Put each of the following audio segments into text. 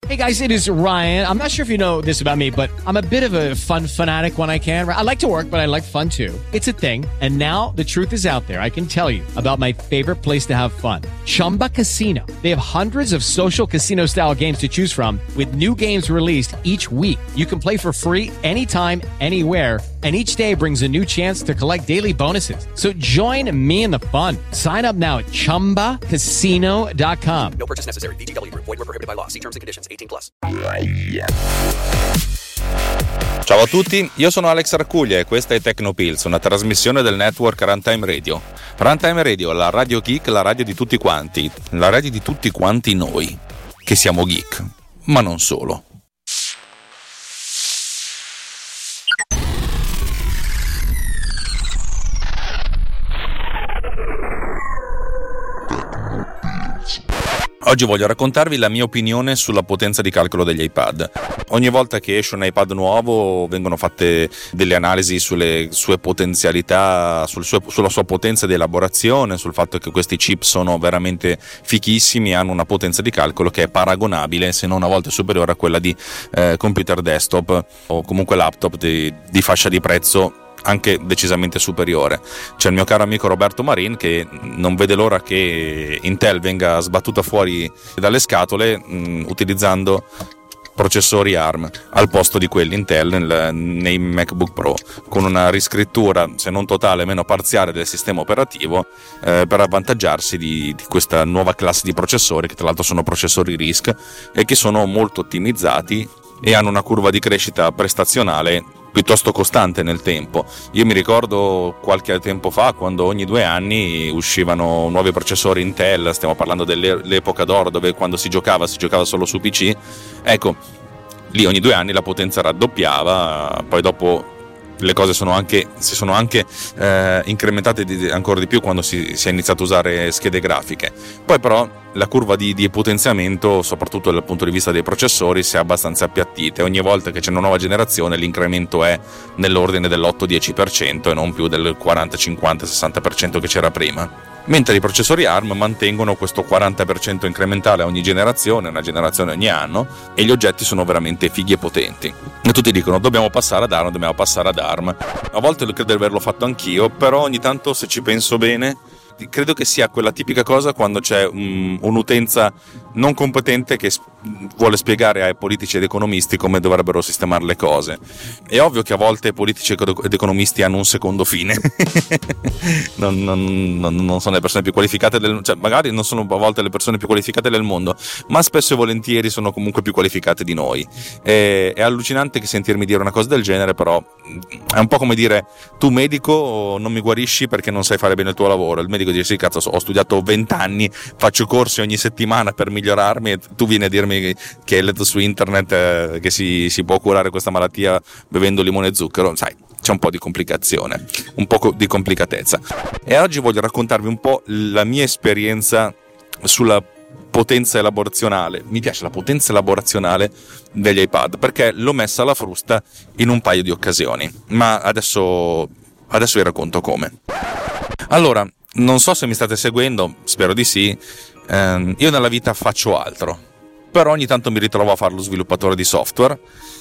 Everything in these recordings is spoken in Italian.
Hey guys, it is Ryan. I'm not sure if you know this about me, but I'm a bit of a fun fanatic when I can. I like to work, but I like fun too. It's a thing. And now the truth is out there. I can tell you about my favorite place to have fun. Chumba Casino. They have hundreds of social casino style games to choose from with new games released each week. You can play for free anytime, anywhere. And each day brings a new chance to collect daily bonuses. So join me in the fun. Sign up now at ChumbaCasino.com. No purchase necessary. VGW Group. Void where prohibited by law. See terms and conditions. 18+. Ciao a tutti, io sono Alex Arcuglia e questa è Tecnopills, una trasmissione del network Runtime Radio. Runtime Radio, la radio geek, la radio di tutti quanti noi, che siamo geek, ma non solo. Oggi voglio raccontarvi la mia opinione sulla potenza di calcolo degli iPad. Ogni volta che esce un iPad nuovo vengono fatte delle analisi sulle sue potenzialità, sulla sua potenza di elaborazione, sul fatto che questi chip sono veramente fichissimi e hanno una potenza di calcolo che è paragonabile, se non a volte superiore a quella di computer desktop o comunque laptop di fascia di prezzo anche decisamente superiore. C'è il mio caro amico Roberto Marin che non vede l'ora che Intel venga sbattuta fuori dalle scatole utilizzando processori ARM al posto di quelli Intel nei MacBook Pro, con una riscrittura se non totale meno parziale del sistema operativo per avvantaggiarsi di questa nuova classe di processori, che tra l'altro sono processori RISC e che sono molto ottimizzati e hanno una curva di crescita prestazionale piuttosto costante nel tempo. Io mi ricordo qualche tempo fa, quando ogni 2 anni uscivano nuovi processori Intel, stiamo parlando dell'epoca d'oro dove quando si giocava solo su PC, ecco, lì ogni 2 anni la potenza raddoppiava, poi dopo le cose si sono anche incrementate ancora di più quando si è iniziato a usare schede grafiche. Poi però la curva di potenziamento, soprattutto dal punto di vista dei processori, si è abbastanza appiattita. Ogni volta che c'è una nuova generazione l'incremento è nell'ordine dell'8-10% e non più del 40, 50, 60% che c'era prima. Mentre i processori ARM mantengono questo 40% incrementale a ogni generazione, una generazione ogni anno, e gli oggetti sono veramente fighi e potenti. E tutti dicono dobbiamo passare ad ARM. A volte credo di averlo fatto anch'io, però ogni tanto, se ci penso bene, credo che sia quella tipica cosa quando c'è un'utenza non competente che vuole spiegare ai politici ed economisti come dovrebbero sistemare le cose. È ovvio che a volte politici ed economisti hanno un secondo fine. non sono le persone più qualificate magari non sono a volte le persone più qualificate del mondo, ma spesso e volentieri sono comunque più qualificate di noi. È allucinante che sentirmi dire una cosa del genere, però è un po' come dire: tu medico non mi guarisci perché non sai fare bene il tuo lavoro. Il medico dice: sì, cazzo, ho studiato 20 anni, faccio corsi ogni settimana per migliorarmi, e tu vieni a dirmi che hai letto su internet che si può curare questa malattia bevendo limone e zucchero. Sai, c'è un po' di complicazione, un po' di complicatezza. E oggi voglio raccontarvi un po' la mia esperienza sulla potenza elaborazionale. Mi piace la potenza elaborazionale degli iPad perché l'ho messa alla frusta in un paio di occasioni, ma adesso vi racconto come. Allora, non so se mi state seguendo, spero di sì. Io nella vita faccio altro, però ogni tanto mi ritrovo a fare lo sviluppatore di software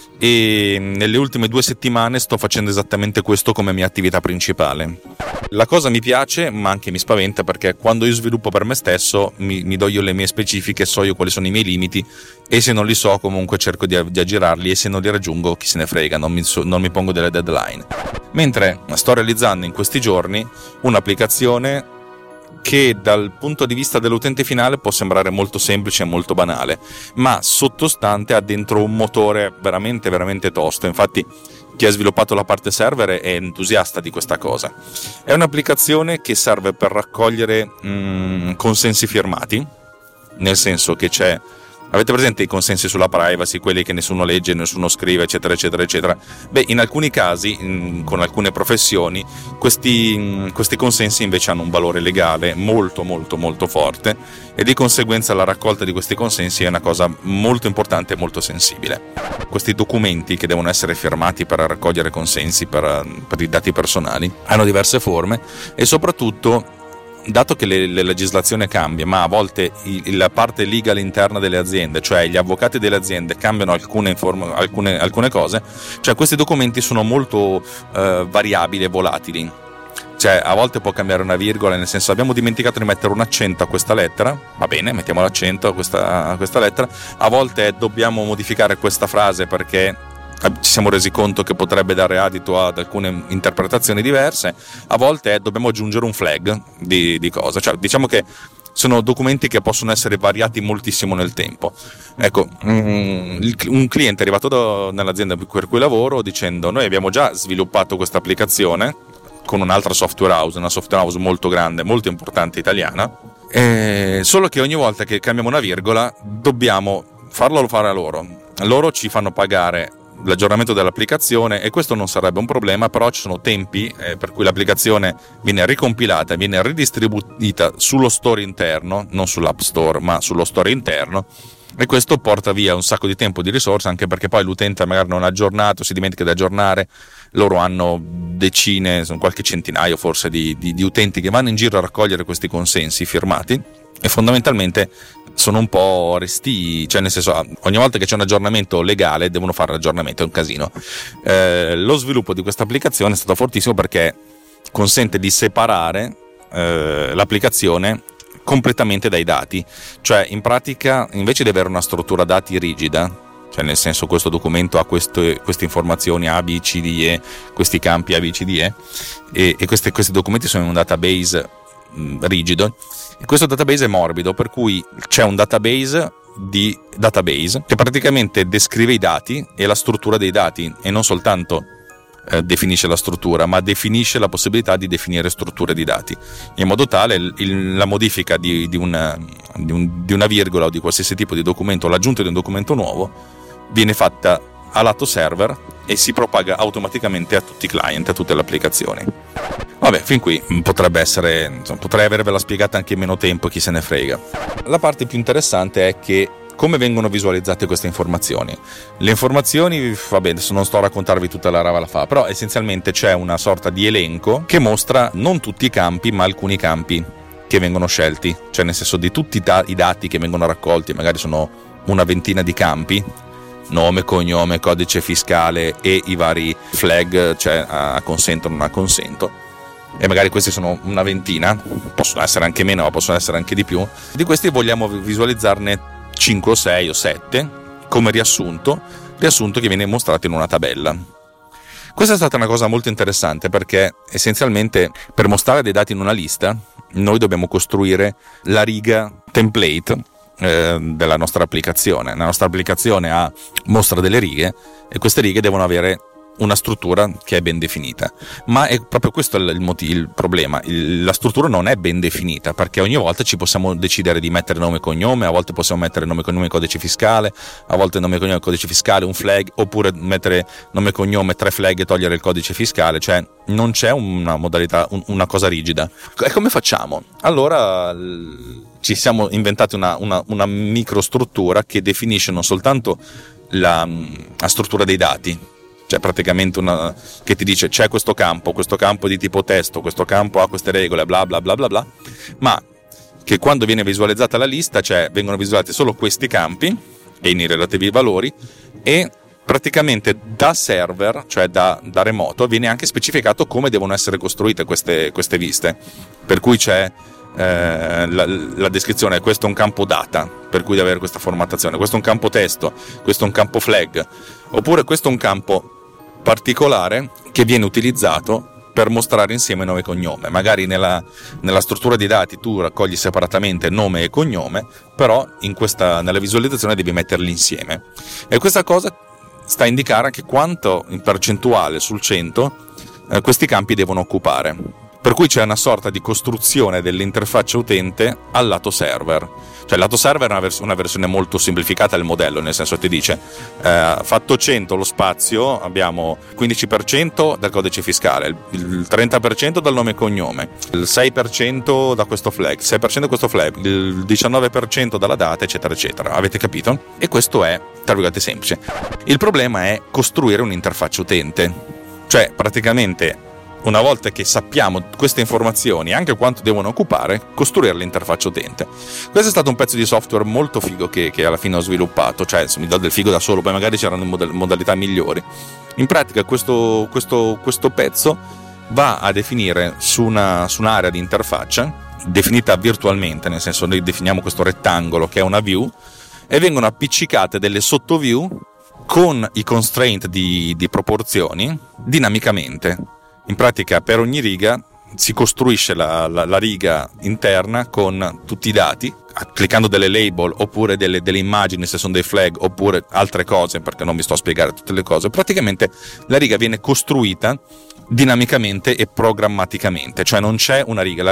e nelle ultime 2 settimane sto facendo esattamente questo come mia attività principale. La cosa mi piace, ma anche mi spaventa, perché quando io sviluppo per me stesso mi do io le mie specifiche, so io quali sono i miei limiti, e se non li so comunque cerco di aggirarli, e se non li raggiungo chi se ne frega, non mi pongo delle deadline. Mentre sto realizzando in questi giorni un'applicazione che dal punto di vista dell'utente finale può sembrare molto semplice e molto banale, ma sottostante ha dentro un motore veramente veramente tosto. Infatti chi ha sviluppato la parte server è entusiasta di questa cosa. È un'applicazione che serve per raccogliere consensi firmati, nel senso che c'è Avete presente i consensi sulla privacy, quelli che nessuno legge, nessuno scrive, eccetera, eccetera, eccetera? Beh, in alcuni casi, con alcune professioni, questi consensi invece hanno un valore legale molto, molto, molto forte, e di conseguenza la raccolta di questi consensi è una cosa molto importante e molto sensibile. Questi documenti che devono essere firmati per raccogliere consensi per i dati personali hanno diverse forme, e soprattutto dato che la legislazione cambia, ma a volte la parte legal interna delle aziende, cioè gli avvocati delle aziende, cambiano alcune cose, cioè questi documenti sono molto variabili e volatili. Cioè a volte può cambiare una virgola, nel senso abbiamo dimenticato di mettere un accento a questa lettera, va bene, mettiamo l'accento a questa lettera, a volte dobbiamo modificare questa frase perché ci siamo resi conto che potrebbe dare adito ad alcune interpretazioni diverse, a volte dobbiamo aggiungere un flag di cosa, cioè diciamo che sono documenti che possono essere variati moltissimo nel tempo. Ecco, un cliente è arrivato nell'azienda per cui lavoro dicendo: noi abbiamo già sviluppato questa applicazione con un'altra software house, una software house molto grande, molto importante italiana, solo che ogni volta che cambiamo una virgola dobbiamo farlo fare a loro ci fanno pagare l'aggiornamento dell'applicazione, e questo non sarebbe un problema, però ci sono tempi per cui l'applicazione viene ricompilata, viene ridistribuita sullo store interno, non sull'app store ma sullo store interno, e questo porta via un sacco di tempo e di risorse, anche perché poi l'utente magari non ha aggiornato, si dimentica di aggiornare. Loro hanno decine, qualche centinaio forse di utenti che vanno in giro a raccogliere questi consensi firmati, e fondamentalmente sono un po' restii, cioè nel senso, ogni volta che c'è un aggiornamento legale devono fare l'aggiornamento, è un casino. Lo sviluppo di questa applicazione è stato fortissimo perché consente di separare l'applicazione completamente dai dati, cioè in pratica invece di avere una struttura dati rigida, cioè nel senso questo documento ha queste informazioni A, B, C, D, E, questi campi A, B, C, D, E, e questi documenti sono in un database rigido, e questo database è morbido, per cui c'è un database di database che praticamente descrive i dati e la struttura dei dati, e non soltanto definisce la struttura, ma definisce la possibilità di definire strutture di dati, in modo tale la modifica di una virgola o di qualsiasi tipo di documento, l'aggiunta di un documento nuovo, viene fatta a lato server e si propaga automaticamente a tutti i client, a tutte le applicazioni. Vabbè, fin qui potrebbe essere, insomma, potrei avervela spiegata anche in meno tempo, chi se ne frega. La parte più interessante è che come vengono visualizzate queste informazioni. Le informazioni, va bene, adesso non sto a raccontarvi tutta la rava la fa, però essenzialmente c'è una sorta di elenco che mostra non tutti i campi, ma alcuni campi che vengono scelti, cioè nel senso di tutti i dati che vengono raccolti, magari sono una ventina di campi, nome, cognome, codice fiscale e i vari flag, cioè a consento, non a consento, e magari questi sono una ventina, possono essere anche meno, ma possono essere anche di più. Di questi vogliamo visualizzarne 5 o 6 o 7 come riassunto che viene mostrato in una tabella. Questa è stata una cosa molto interessante, perché essenzialmente per mostrare dei dati in una lista noi dobbiamo costruire la riga template della nostra applicazione. La nostra applicazione mostra delle righe, e queste righe devono avere una struttura che è ben definita, ma è proprio questo il problema. La struttura non è ben definita, perché ogni volta ci possiamo decidere di mettere nome e cognome, a volte possiamo mettere nome e cognome e codice fiscale, a volte nome e cognome e codice fiscale, un flag, oppure mettere nome e cognome, 3 flag e togliere il codice fiscale, cioè non c'è una modalità, una cosa rigida. E come facciamo? Allora ci siamo inventati una microstruttura che definisce non soltanto la struttura dei dati, cioè praticamente che ti dice c'è questo campo di tipo testo, questo campo ha queste regole, bla bla bla bla bla, ma che quando viene visualizzata la lista, cioè vengono visualizzati solo questi campi e i relativi valori, e praticamente da server, cioè da remoto, viene anche specificato come devono essere costruite queste viste, per cui c'è la descrizione: questo è un campo data, per cui deve avere questa formattazione, questo è un campo testo, questo è un campo flag, oppure questo è un campo particolare che viene utilizzato per mostrare insieme nome e cognome. Magari nella struttura di dati tu raccogli separatamente nome e cognome, però nella visualizzazione devi metterli insieme, e questa cosa sta a indicare anche quanto in percentuale sul 100 questi campi devono occupare. Per cui c'è una sorta di costruzione dell'interfaccia utente al lato server. Cioè il lato server è una versione molto semplificata del modello, nel senso che ti dice fatto 100 lo spazio, abbiamo 15% dal codice fiscale, il 30% dal nome e cognome, il 6% da questo flag, il 6% da questo flag, il 19% dalla data, eccetera eccetera. Avete capito? E questo è, tra virgolette, semplice. Il problema è costruire un'interfaccia utente, cioè praticamente una volta che sappiamo queste informazioni, anche quanto devono occupare, costruire l'interfaccia utente. Questo è stato un pezzo di software molto figo che alla fine ho sviluppato, cioè mi do del figo da solo, poi magari c'erano modalità migliori. In pratica questo pezzo va a definire su un'area di interfaccia definita virtualmente, nel senso noi definiamo questo rettangolo che è una view, e vengono appiccicate delle sottoview con i constraint di proporzioni dinamicamente. In pratica per ogni riga si costruisce la riga interna con tutti i dati, cliccando delle label oppure delle immagini se sono dei flag oppure altre cose, perché non vi sto a spiegare tutte le cose. Praticamente la riga viene costruita dinamicamente e programmaticamente, cioè non c'è una riga,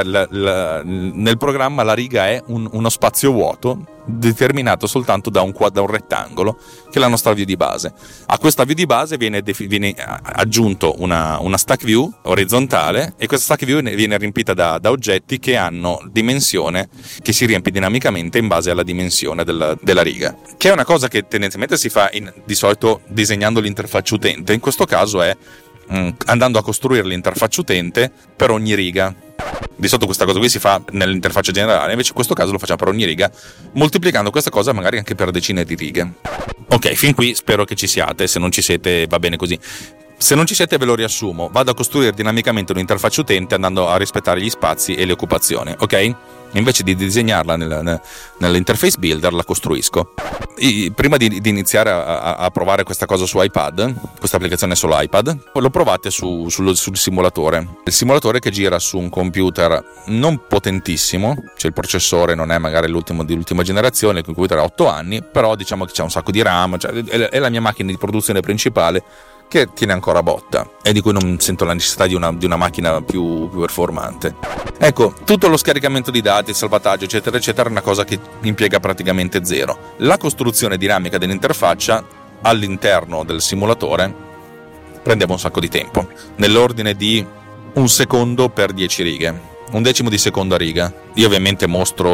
nel programma la riga è uno spazio vuoto determinato soltanto da un rettangolo che è la nostra view di base. A questa view di base viene aggiunto una stack view orizzontale, e questa stack view viene riempita da oggetti che hanno dimensione che si riempie dinamicamente in base alla dimensione della riga, che è una cosa che tendenzialmente si fa di solito disegnando l'interfaccia utente. In questo caso è andando a costruire l'interfaccia utente per ogni riga. Di solito questa cosa qui si fa nell'interfaccia generale, invece in questo caso lo facciamo per ogni riga, moltiplicando questa cosa magari anche per decine di righe. Ok, fin qui spero che ci siate, se non ci siete va bene così. Se non ci siete ve lo riassumo: vado a costruire dinamicamente un'interfaccia utente andando a rispettare gli spazi e le occupazioni, ok? Invece di disegnarla nell'interface builder la costruisco. Prima di iniziare a provare questa cosa su iPad, questa applicazione è solo iPad, lo provate sul simulatore. Il simulatore che gira su un computer non potentissimo, cioè il processore non è magari l'ultimo di ultima generazione, il computer ha 8 anni, però diciamo che c'è un sacco di RAM, cioè è la mia macchina di produzione principale che tiene ancora botta e di cui non sento la necessità di una macchina più performante. Ecco, tutto lo scaricamento di dati, il salvataggio eccetera eccetera è una cosa che impiega praticamente zero. La costruzione dinamica dell'interfaccia all'interno del simulatore prendeva un sacco di tempo, nell'ordine di 1 secondo per 10 righe, 1/10 di secondo a riga. Io ovviamente mostro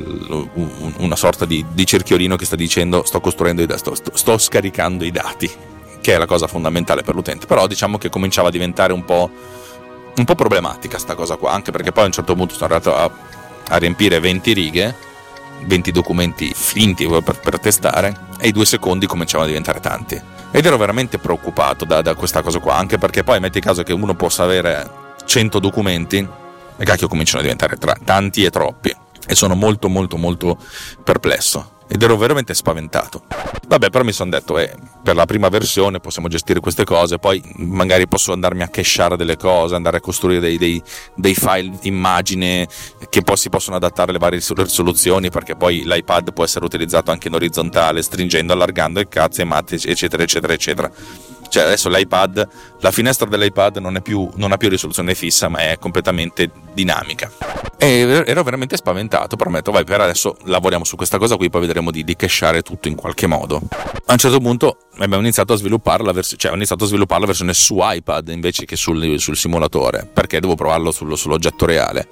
una sorta di cerchiolino che sta dicendo sto costruendo sto scaricando i dati, che è la cosa fondamentale per l'utente. Però diciamo che cominciava a diventare un po' problematica sta cosa qua, anche perché poi a un certo punto sono arrivato a riempire 20 righe, 20 documenti finti per testare, e i 2 secondi cominciavano a diventare tanti ed ero veramente preoccupato da questa cosa qua, anche perché poi metti caso che uno possa avere 100 documenti e cacchio cominciano a diventare tanti e troppi, e sono molto molto molto perplesso ed ero veramente spaventato. Vabbè, però mi sono detto per la prima versione possiamo gestire queste cose, poi magari posso andarmi a cacheare delle cose, andare a costruire dei file immagine che poi si possono adattare alle varie risoluzioni, perché poi l'iPad può essere utilizzato anche in orizzontale, stringendo, allargando e cazzo e matte eccetera eccetera eccetera. Cioè adesso l'iPad, la finestra dell'iPad non ha più risoluzione fissa, ma è completamente dinamica. E ero veramente spaventato, prometto, vai, per adesso lavoriamo su questa cosa qui, poi vedremo di cacheare tutto in qualche modo. A un certo punto abbiamo iniziato a sviluppare la versione su iPad invece che sul simulatore, perché devo provarlo sull'oggetto reale.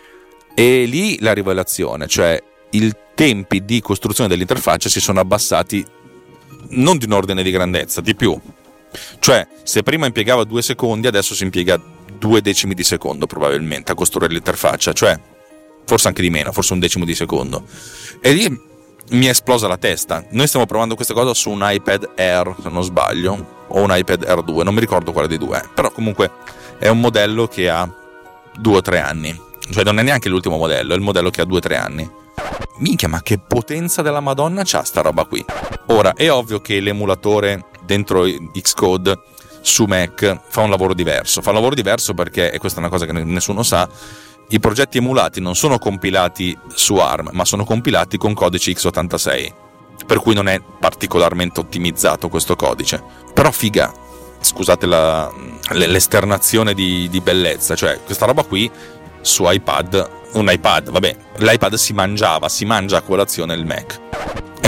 E lì la rivelazione, cioè i tempi di costruzione dell'interfaccia si sono abbassati non di un ordine di grandezza, di più. Cioè, se prima impiegava 2 secondi, adesso si impiega 0,2 di secondo probabilmente a costruire l'interfaccia, cioè forse anche di meno, forse 1/10 di secondo. E lì mi è esplosa la testa. Noi stiamo provando questa cosa su un iPad Air, se non sbaglio, o un iPad Air 2, non mi ricordo quale dei due è, però comunque è un modello che ha 2 o 3 anni, cioè non è neanche l'ultimo modello, è il modello che ha 2 o 3 anni. Minchia, ma che potenza della Madonna c'ha sta roba qui. Ora, è ovvio che l'emulatore dentro Xcode su Mac fa un lavoro diverso perché, e questa è una cosa che nessuno sa, i progetti emulati non sono compilati su ARM, ma sono compilati con codice x86, per cui non è particolarmente ottimizzato questo codice. Però figa, scusate l'esternazione di bellezza, cioè questa roba qui su iPad, un iPad, vabbè, l'iPad si mangia a colazione il Mac.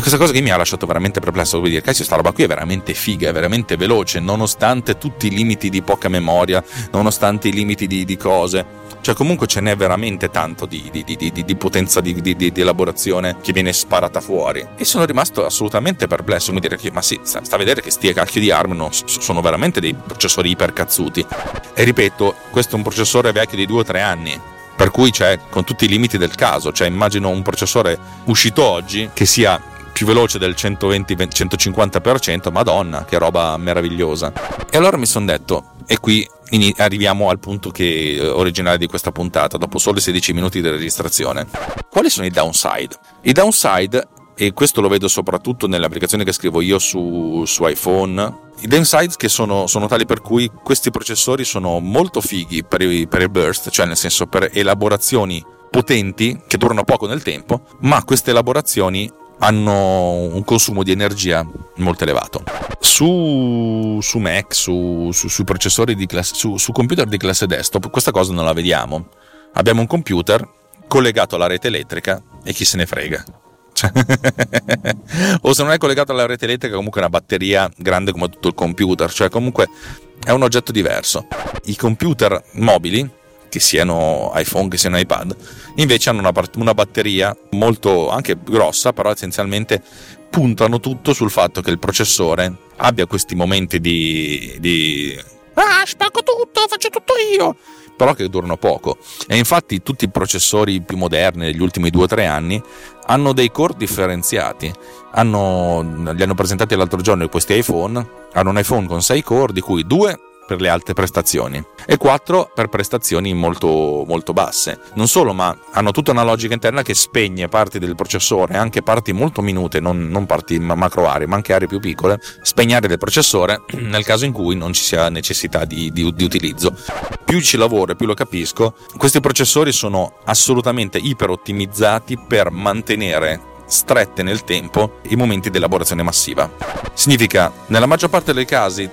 questa cosa che mi ha lasciato veramente perplesso, vuol dire, cazzo, sta roba qui è veramente figa, è veramente veloce, nonostante tutti i limiti di poca memoria, nonostante i limiti di cose. Cioè comunque ce n'è veramente tanto di potenza di elaborazione che viene sparata fuori, e sono rimasto assolutamente perplesso. Come dire, ma sì, sta a vedere che stie cacchio di ARM sono veramente dei processori ipercazzuti, e ripeto, questo è un processore vecchio di 2 o 3 anni, per cui c'è con tutti i limiti del caso. Cioè immagino un processore uscito oggi che sia più veloce del 120-150%, madonna, che roba meravigliosa. E allora mi sono detto, e qui arriviamo al punto originale di questa puntata, dopo solo 16 minuti di registrazione. Quali sono i downside? I downside, e questo lo vedo soprattutto nelle applicazioni che scrivo io su iPhone, i downside che sono tali per cui questi processori sono molto fighi per il burst, cioè nel senso per elaborazioni potenti che durano poco nel tempo, ma queste elaborazioni hanno un consumo di energia molto elevato. Su Mac, su processori di classe, su computer di classe desktop, questa cosa non la vediamo. Abbiamo un computer collegato alla rete elettrica e chi se ne frega. O se non è collegato alla rete elettrica, comunque una batteria grande come tutto il computer, cioè comunque è un oggetto diverso. I computer mobili, che siano iPhone, che siano iPad, invece hanno una batteria molto anche grossa, però essenzialmente puntano tutto sul fatto che il processore abbia questi momenti di spacco tutto, faccio tutto io, però che durano poco. E infatti tutti i processori più moderni degli ultimi 2 o 3 anni hanno dei core differenziati. Li hanno presentati l'altro giorno questi iPhone. Hanno un iPhone con 6 core, di cui 2 per le alte prestazioni e 4 per prestazioni molto molto basse. Non solo, ma hanno tutta una logica interna che spegne parti del processore, anche parti molto minute, non parti macro aree, ma anche aree più piccole, spegne aree del processore nel caso in cui non ci sia necessità di utilizzo. Più ci lavoro e più lo capisco, questi processori sono assolutamente iper ottimizzati per mantenere strette nel tempo i momenti di elaborazione massiva. Significa, nella maggior parte dei casi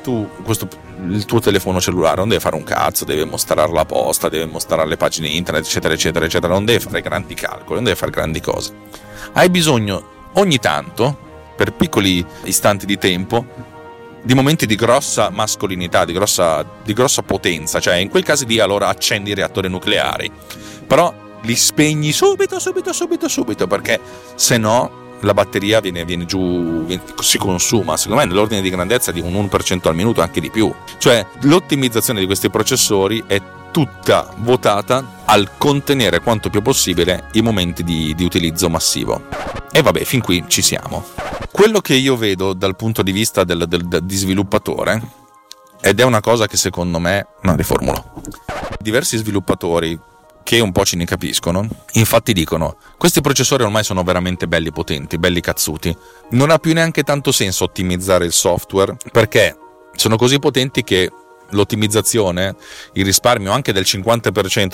il tuo telefono cellulare non deve fare un cazzo, deve mostrare la posta, deve mostrare le pagine internet, eccetera eccetera eccetera, non deve fare grandi calcoli, non deve fare grandi cose. Hai bisogno ogni tanto, per piccoli istanti di tempo, di momenti di grossa mascolinità, di grossa potenza. Cioè in quel caso allora accendi i reattori nucleari, però li spegni subito, perché se no la batteria viene giù, si consuma. Secondo me nell'ordine di grandezza di un 1% al minuto, anche di più. Cioè l'ottimizzazione di questi processori è tutta votata al contenere quanto più possibile i momenti di utilizzo massivo. E vabbè, fin qui ci siamo. Quello che io vedo dal punto di vista di sviluppatore, ed è una cosa che secondo me, riformulo, diversi sviluppatori che un po' ce ne capiscono, infatti dicono: questi processori ormai sono veramente belli potenti, belli cazzuti, non ha più neanche tanto senso ottimizzare il software, perché sono così potenti che l'ottimizzazione, il risparmio anche del 50%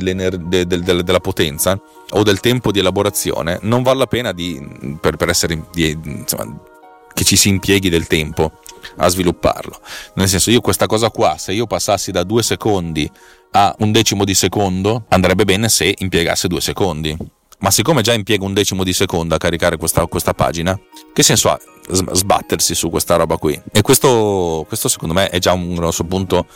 della potenza o del tempo di elaborazione non vale la pena per essere insomma, che ci si impieghi del tempo a svilupparlo. Nel senso, io questa cosa qua, se io passassi da 2 secondi a 1/10 di secondo, andrebbe bene se impiegasse 2 secondi. Ma siccome già impiego 1/10 di secondo a caricare questa pagina, che senso ha sbattersi su questa roba qui? E questo secondo me è già un grosso punto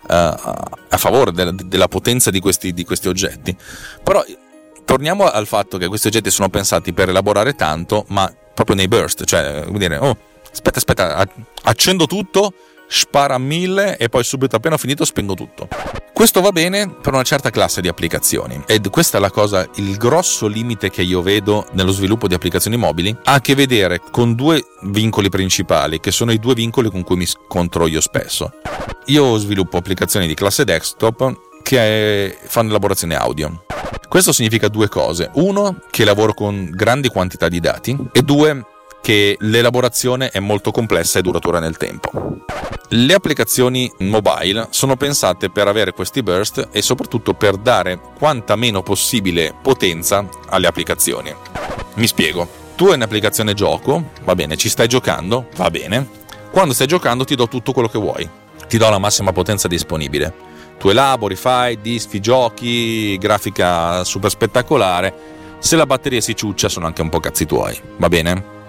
a favore della potenza di questi oggetti. Però torniamo al fatto che questi oggetti sono pensati per elaborare tanto, ma proprio nei burst, cioè come dire, aspetta, accendo tutto, spara 1000 e poi subito appena finito spengo tutto. Questo va bene per una certa classe di applicazioni, ed questa è la cosa, il grosso limite che io vedo nello sviluppo di applicazioni mobili ha a che vedere con 2 vincoli principali, che sono i 2 vincoli con cui mi scontro io spesso. Io sviluppo applicazioni di classe desktop che fanno elaborazione audio. Questo significa 2 cose: 1, che lavoro con grandi quantità di dati, e 2, che l'elaborazione è molto complessa e duratura nel tempo. Le applicazioni mobile sono pensate per avere questi burst e soprattutto per dare quanta meno possibile potenza alle applicazioni. Mi spiego: tu hai un'applicazione gioco, va bene, ci stai giocando, va bene. Quando stai giocando ti do tutto quello che vuoi, ti do la massima potenza disponibile. Tu elabori, fai, disfi, giochi, grafica super spettacolare. Se la batteria si ciuccia sono anche un po' cazzi tuoi, va bene?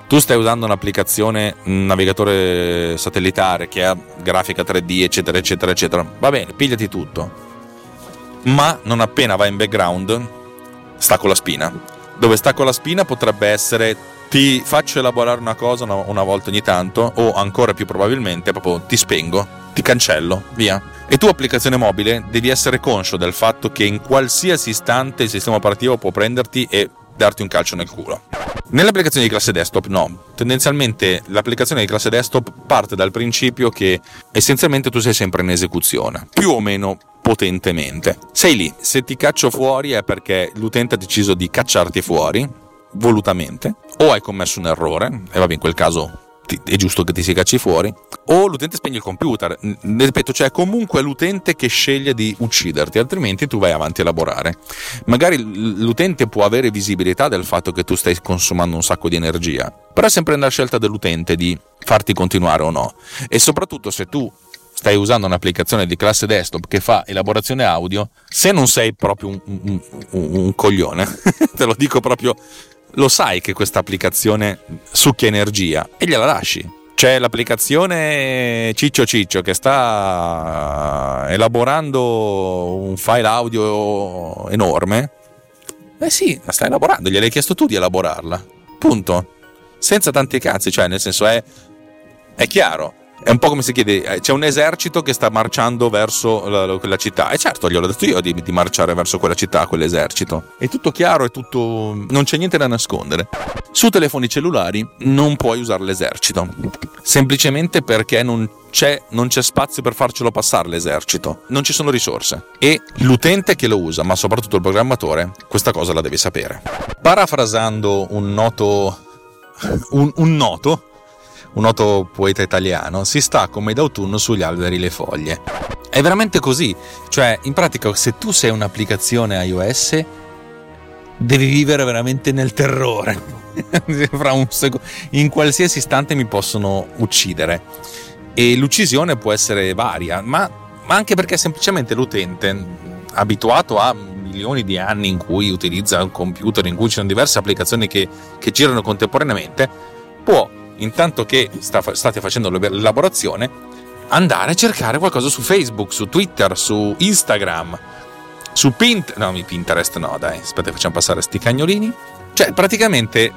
tu stai usando un'applicazione, un navigatore satellitare che ha grafica 3D, eccetera, eccetera, eccetera, va bene, pigliati tutto. Ma non appena vai in background, stacco la spina. Dove stacco la spina potrebbe essere: ti faccio elaborare una cosa una volta ogni tanto, o ancora più probabilmente proprio ti spengo, ti cancello, via. E tu, applicazione mobile, devi essere conscio del fatto che in qualsiasi istante il sistema operativo può prenderti e darti un calcio nel culo. Nelle applicazioni di classe desktop no, tendenzialmente l'applicazione di classe desktop parte dal principio che essenzialmente tu sei sempre in esecuzione, più o meno potentemente. Sei lì, se ti caccio fuori è perché l'utente ha deciso di cacciarti fuori volutamente, o hai commesso un errore, e vabbè, in quel caso è giusto che ti si cacci fuori, o l'utente spegne il computer. Ripeto, cioè comunque è l'utente che sceglie di ucciderti, altrimenti tu vai avanti a lavorare. Magari l'utente può avere visibilità del fatto che tu stai consumando un sacco di energia, però è sempre una scelta dell'utente di farti continuare o no. E soprattutto se tu stai usando un'applicazione di classe desktop che fa elaborazione audio, se non sei proprio un coglione te lo dico proprio, lo sai che questa applicazione succhia energia e gliela lasci. C'è l'applicazione Ciccio che sta elaborando un file audio enorme. Sì, la sta elaborando, gliel'hai chiesto tu di elaborarla, punto, senza tanti cazzi, cioè nel senso è chiaro. È un po' come se chiede, c'è un esercito che sta marciando verso quella città, e certo gliel'ho detto io di marciare verso quella città, quell'esercito. È tutto chiaro, è tutto, non c'è niente da nascondere. Su telefoni cellulari non puoi usare l'esercito, semplicemente perché non c'è spazio per farcelo passare l'esercito, non ci sono risorse, e l'utente che lo usa, ma soprattutto il programmatore, questa cosa la deve sapere. Parafrasando un noto poeta italiano, si sta come d'autunno sugli alberi le foglie. È veramente così, cioè in pratica se tu sei un'applicazione iOS devi vivere veramente nel terrore. Fra in qualsiasi istante mi possono uccidere, e l'uccisione può essere varia, ma anche perché semplicemente l'utente, abituato a milioni di anni in cui utilizza un computer, in cui ci sono diverse applicazioni che girano contemporaneamente, può, intanto che state facendo l'elaborazione, andare a cercare qualcosa su Facebook, su Twitter, su Instagram, su Pinterest no dai, aspetta, facciamo passare sti cagnolini. Cioè praticamente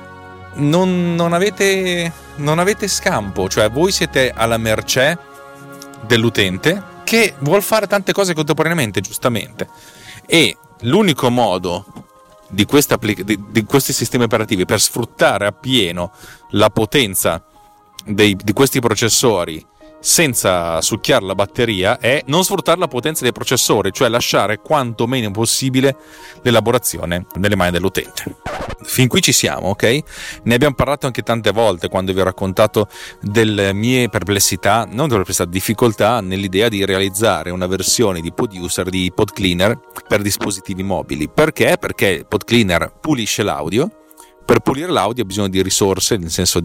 non avete scampo, cioè voi siete alla mercé dell'utente che vuol fare tante cose contemporaneamente, giustamente, e l'unico modo di questi sistemi operativi per sfruttare appieno la potenza di questi processori senza succhiare la batteria è non sfruttare la potenza dei processori, cioè lasciare quanto meno possibile l'elaborazione nelle mani dell'utente. Fin qui ci siamo, ok? Ne abbiamo parlato anche tante volte quando vi ho raccontato delle mie perplessità, non delle perplessità, difficoltà nell'idea di realizzare una versione di Poduser, di PodCleaner, per dispositivi mobili. Perché? Perché PodCleaner pulisce l'audio. Per pulire l'audio ha bisogno di risorse, nel senso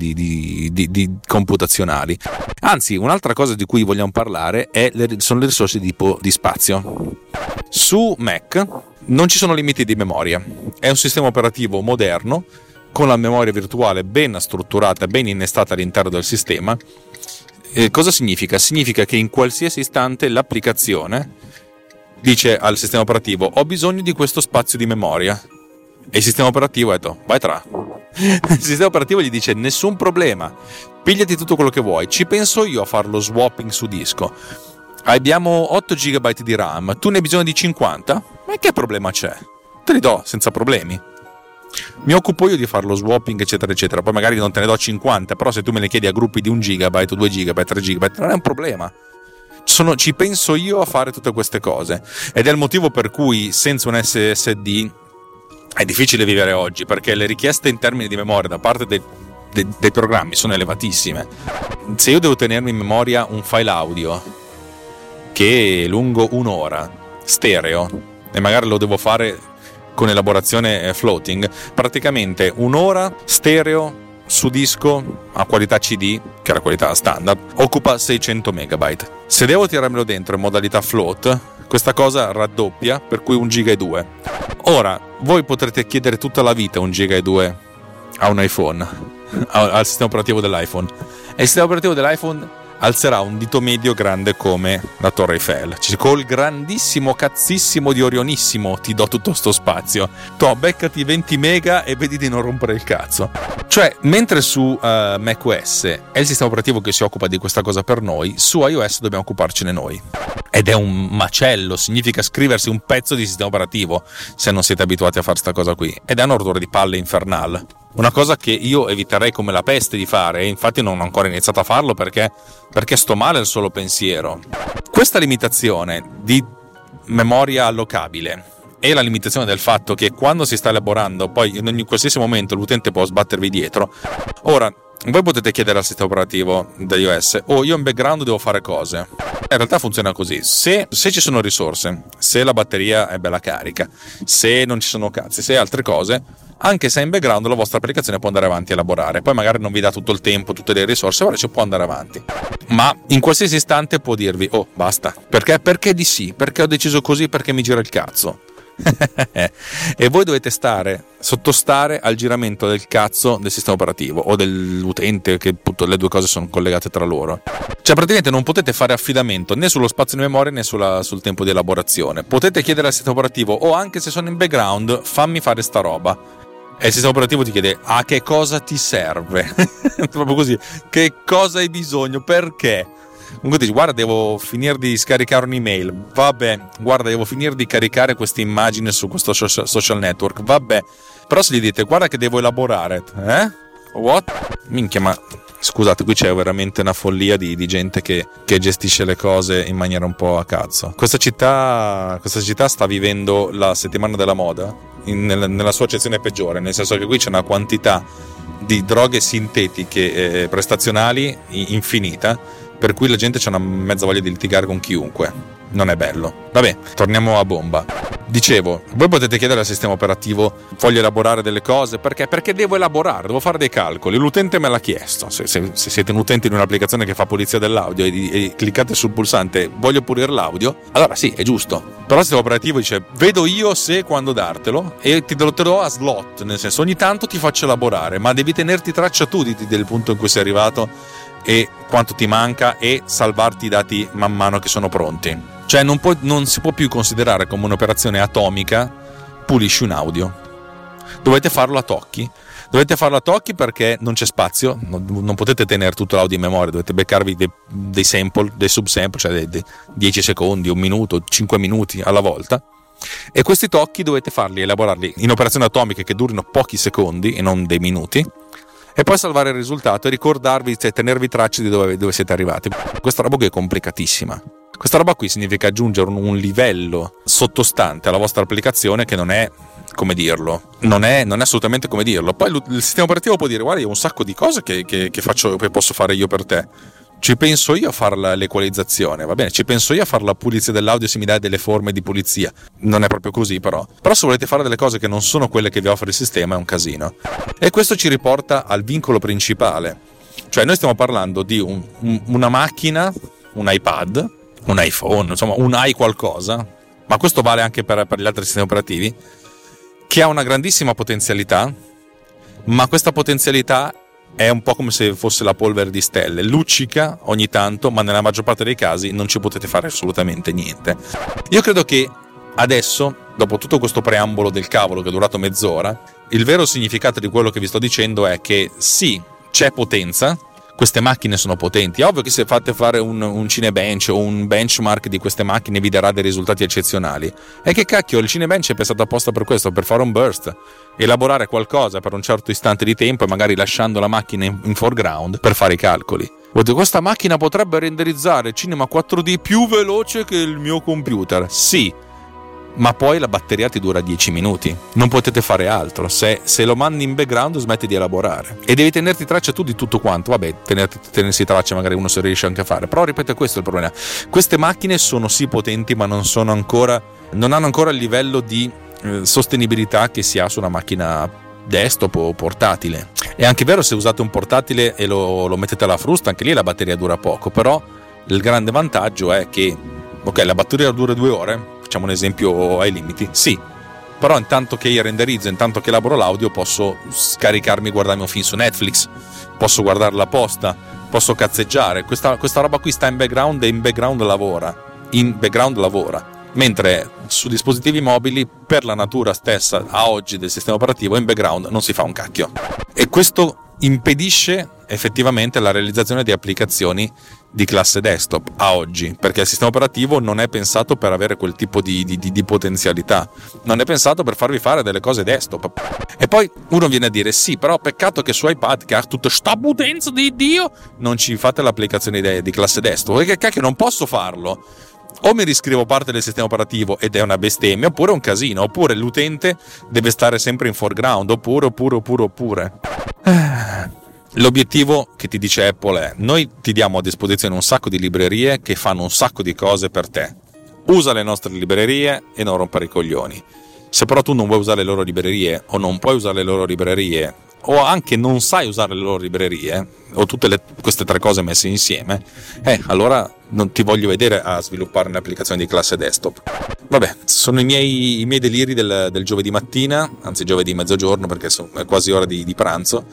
di computazionali. Anzi, un'altra cosa di cui vogliamo parlare sono le risorse di spazio. Su Mac non ci sono limiti di memoria. È un sistema operativo moderno, con la memoria virtuale ben strutturata, ben innestata all'interno del sistema. Cosa significa? Significa che in qualsiasi istante l'applicazione dice al sistema operativo: ho bisogno di questo spazio di memoria. E il sistema operativo ha detto: vai tra. Il sistema operativo gli dice: nessun problema, pigliati tutto quello che vuoi, ci penso io a fare lo swapping su disco. Abbiamo 8 GB di RAM, tu ne hai bisogno di 50? Ma che problema c'è? Te li do senza problemi. Mi occupo io di fare lo swapping, eccetera eccetera. Poi magari non te ne do 50, però se tu me le chiedi a gruppi di 1 GB, 2 GB, 3 GB, non è un problema. Ci penso io a fare tutte queste cose, ed è il motivo per cui senza un SSD è difficile vivere oggi, perché le richieste in termini di memoria da parte dei programmi sono elevatissime. Se io devo tenermi in memoria un file audio che è lungo un'ora, stereo, e magari lo devo fare con elaborazione floating, praticamente un'ora stereo su disco a qualità CD, che è la qualità standard, occupa 600 MB. Se devo tirarmelo dentro in modalità float, questa cosa raddoppia, per cui 1,2 GB. Ora, voi potrete chiedere tutta la vita 1,2 GB a un iPhone. al sistema operativo dell'iPhone, e il sistema operativo dell'iPhone alzerà un dito medio grande come la Torre Eiffel. Col grandissimo cazzissimo di Orionissimo ti do tutto sto spazio. Beccati 20 mega e vedi di non rompere il cazzo. Cioè, mentre su macOS è il sistema operativo che si occupa di questa cosa per noi, su iOS dobbiamo occuparcene noi. Ed è un macello, significa scriversi un pezzo di sistema operativo se non siete abituati a fare sta cosa qui. Ed è un rottura di palle infernale. Una cosa che io eviterei come la peste di fare, e infatti non ho ancora iniziato a farlo perché sto male al solo pensiero. Questa limitazione di memoria allocabile e la limitazione del fatto che quando si sta elaborando, poi in ogni qualsiasi momento l'utente può sbattervi dietro. Ora, voi potete chiedere al sistema operativo da iOS: io in background devo fare cose. In realtà funziona così: se ci sono risorse, se la batteria è bella carica, se non ci sono cazzi, se altre cose, anche se è in background la vostra applicazione può andare avanti a elaborare. Poi magari non vi dà tutto il tempo, tutte le risorse, ora ci può andare avanti, ma in qualsiasi istante può dirvi: basta. Perché di sì? Perché ho deciso così? Perché mi gira il cazzo. E voi dovete sottostare al giramento del cazzo del sistema operativo o dell'utente, che appunto le due cose sono collegate tra loro. Cioè praticamente non potete fare affidamento né sullo spazio di memoria né sul tempo di elaborazione. Potete chiedere al sistema operativo: anche se sono in background, fammi fare sta roba. E il sistema operativo ti chiede: a che cosa ti serve? Proprio così, che cosa hai bisogno, perché? Comunque dici: guarda, devo finire di scaricare un'email. Vabbè. Guarda, devo finire di caricare questa immagine su questo social network. Vabbè. Però se gli dite: guarda che devo elaborare, what? Minchia, ma scusate, qui c'è veramente una follia di gente che gestisce le cose in maniera un po' a cazzo. Questa città sta vivendo la settimana della moda nella sua accezione peggiore, nel senso che qui c'è una quantità di droghe sintetiche prestazionali infinita, per cui la gente c'ha una mezza voglia di litigare con chiunque. Non è bello. Vabbè, torniamo a bomba. Dicevo, voi potete chiedere al sistema operativo: voglio elaborare delle cose, perché devo elaborare, devo fare dei calcoli, l'utente me l'ha chiesto. Se siete un utente di un'applicazione che fa pulizia dell'audio e cliccate sul pulsante voglio pulire l'audio, allora sì, è giusto. Però il sistema operativo dice: vedo io se e quando dartelo, e te lo do a slot, nel senso ogni tanto ti faccio elaborare, ma devi tenerti traccia tu del punto in cui sei arrivato e quanto ti manca, e salvarti i dati man mano che sono pronti. Cioè non si può più considerare come un'operazione atomica: pulisci un audio. Dovete farlo a tocchi. Perché non c'è spazio, non potete tenere tutto l'audio in memoria, dovete beccarvi dei sample, dei subsample, cioè dei 10 secondi, un minuto, 5 minuti alla volta. E questi tocchi dovete elaborarli in operazioni atomiche che durino pochi secondi e non dei minuti, e poi salvare il risultato e ricordarvi, cioè tenervi tracce di dove siete arrivati. Questa roba qui è complicatissima. Questa roba qui significa aggiungere un livello sottostante alla vostra applicazione che non è, come dirlo, non è assolutamente come dirlo. Poi il sistema operativo può dire: guarda, io ho un sacco di cose che posso fare io per te. Ci penso io a fare l'equalizzazione, va bene, ci penso io a fare la pulizia dell'audio se mi dai delle forme di pulizia. Non è proprio così, però se volete fare delle cose che non sono quelle che vi offre il sistema è un casino. E questo ci riporta al vincolo principale. Cioè noi stiamo parlando di una macchina, un iPad, un iPhone, insomma un qualcosa, ma questo vale anche per gli altri sistemi operativi, che ha una grandissima potenzialità, ma questa potenzialità è un po' come se fosse la polvere di stelle, luccica ogni tanto, ma nella maggior parte dei casi non ci potete fare assolutamente niente. Io credo che adesso, dopo tutto questo preambolo del cavolo che è durato mezz'ora, il vero significato di quello che vi sto dicendo è che sì, c'è potenza, queste macchine sono potenti. È ovvio che se fate fare un Cinebench o un benchmark di queste macchine vi darà dei risultati eccezionali. E che cacchio, il Cinebench è pensato apposta per questo, per fare un burst, elaborare qualcosa per un certo istante di tempo e magari lasciando la macchina in foreground per fare i calcoli. Questa macchina potrebbe renderizzare cinema 4D più veloce che il mio computer. Sì, ma poi la batteria ti dura 10 minuti, non potete fare altro. Se lo mandi in background smetti di elaborare e devi tenerti traccia tu di tutto quanto. Vabbè, tenersi traccia magari uno se riesce anche a fare, però ripeto, questo è il problema. Queste macchine sono sì potenti, ma non hanno ancora il livello di sostenibilità che si ha su una macchina desktop o portatile. È anche vero, se usate un portatile e lo mettete alla frusta, anche lì la batteria dura poco, però il grande vantaggio è che la batteria dura 2 ore, facciamo un esempio ai limiti, sì, però intanto che renderizzo, intanto che elaboro l'audio, posso scaricarmi, guardarmi un film su Netflix, posso guardare la posta, posso cazzeggiare. Questa roba qui sta in background e in background lavora, mentre su dispositivi mobili, per la natura stessa a oggi del sistema operativo, in background non si fa un cacchio, e questo impedisce effettivamente la realizzazione di applicazioni di classe desktop a oggi, perché il sistema operativo non è pensato per avere quel tipo di potenzialità, non è pensato per farvi fare delle cose desktop. E poi uno viene a dire sì, però peccato che su iPad, che ha tutta sta potenza di Dio, non ci fate l'applicazione di classe desktop, perché cacchio non posso farlo. O mi riscrivo parte del sistema operativo ed è una bestemmia, oppure è un casino, oppure l'utente deve stare sempre in foreground, oppure. L'obiettivo che ti dice Apple è: noi ti diamo a disposizione un sacco di librerie che fanno un sacco di cose per te, usa le nostre librerie e non rompere i coglioni. Se però tu non vuoi usare le loro librerie, o non puoi usare le loro librerie, o anche non sai usare le loro librerie, o tutte queste tre cose messe insieme, allora non ti voglio vedere a sviluppare un'applicazione di classe desktop. Vabbè, sono i miei deliri del giovedì mattina, anzi giovedì mezzogiorno, perché è quasi ora di pranzo.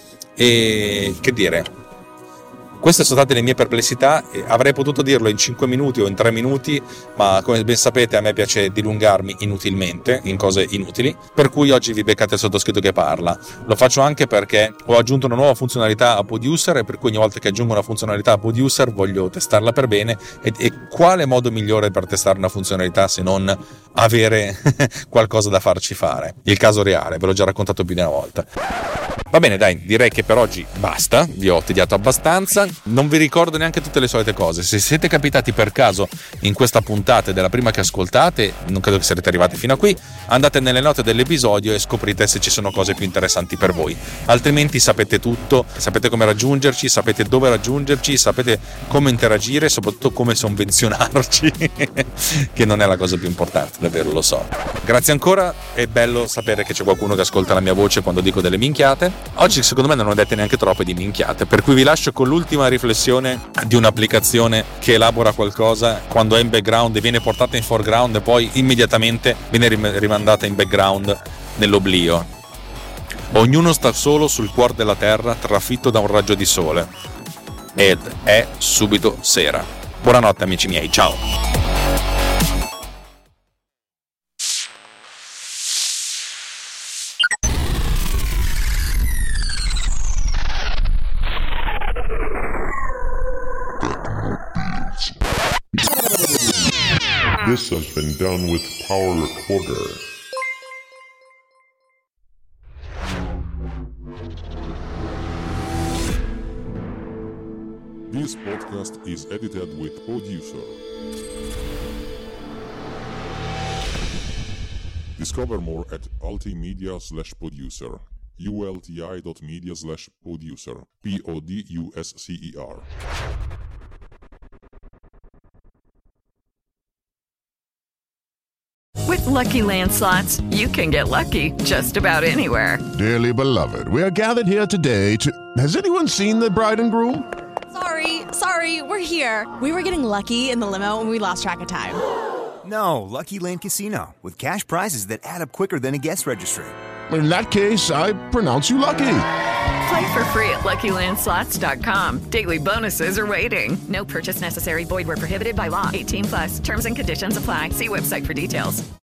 E che dire, queste sono state le mie perplessità. Avrei potuto dirlo in 5 minuti o in 3 minuti, ma come ben sapete a me piace dilungarmi inutilmente in cose inutili, per cui oggi vi beccate il sottoscritto che parla. Lo faccio anche perché ho aggiunto una nuova funzionalità a Poduser, e per cui ogni volta che aggiungo una funzionalità a Poduser voglio testarla per bene, e quale modo migliore per testare una funzionalità se non avere qualcosa da farci fare? Il caso reale, ve l'ho già raccontato più di una volta. Va bene, dai, direi che per oggi basta, vi ho tediato abbastanza, non vi ricordo neanche tutte le solite cose. Se siete capitati per caso in questa puntata della prima che ascoltate, non credo che sarete arrivati fino a qui, andate nelle note dell'episodio e scoprite se ci sono cose più interessanti per voi. Altrimenti sapete tutto, sapete come raggiungerci, sapete dove raggiungerci, sapete come interagire, soprattutto come sovvenzionarci, che non è la cosa più importante, davvero, lo so. Grazie ancora, è bello sapere che c'è qualcuno che ascolta la mia voce quando dico delle minchiate. Oggi secondo me non ho dette neanche troppe di minchiate, per cui vi lascio con l'ultima riflessione di un'applicazione che elabora qualcosa quando è in background e viene portata in foreground e poi immediatamente viene rimandata in background nell'oblio. Ognuno sta solo sul cuore della terra, trafitto da un raggio di sole, ed è subito sera. Buonanotte amici miei, ciao. This has been done with Power Recorder. This podcast is edited with Poduser. Discover more at ultimedia/producer. ulti.media/producer. PODUSCER. With Lucky Land Slots, you can get lucky just about anywhere. Dearly beloved, we are gathered here today to... Has anyone seen the bride and groom? Sorry, we're here. We were getting lucky in the limo and we lost track of time. No, Lucky Land Casino, with cash prizes that add up quicker than a guest registry. In that case, I pronounce you lucky. Play for free at LuckyLandSlots.com. Daily bonuses are waiting. No purchase necessary. Void where prohibited by law. 18+. Terms and conditions apply. See website for details.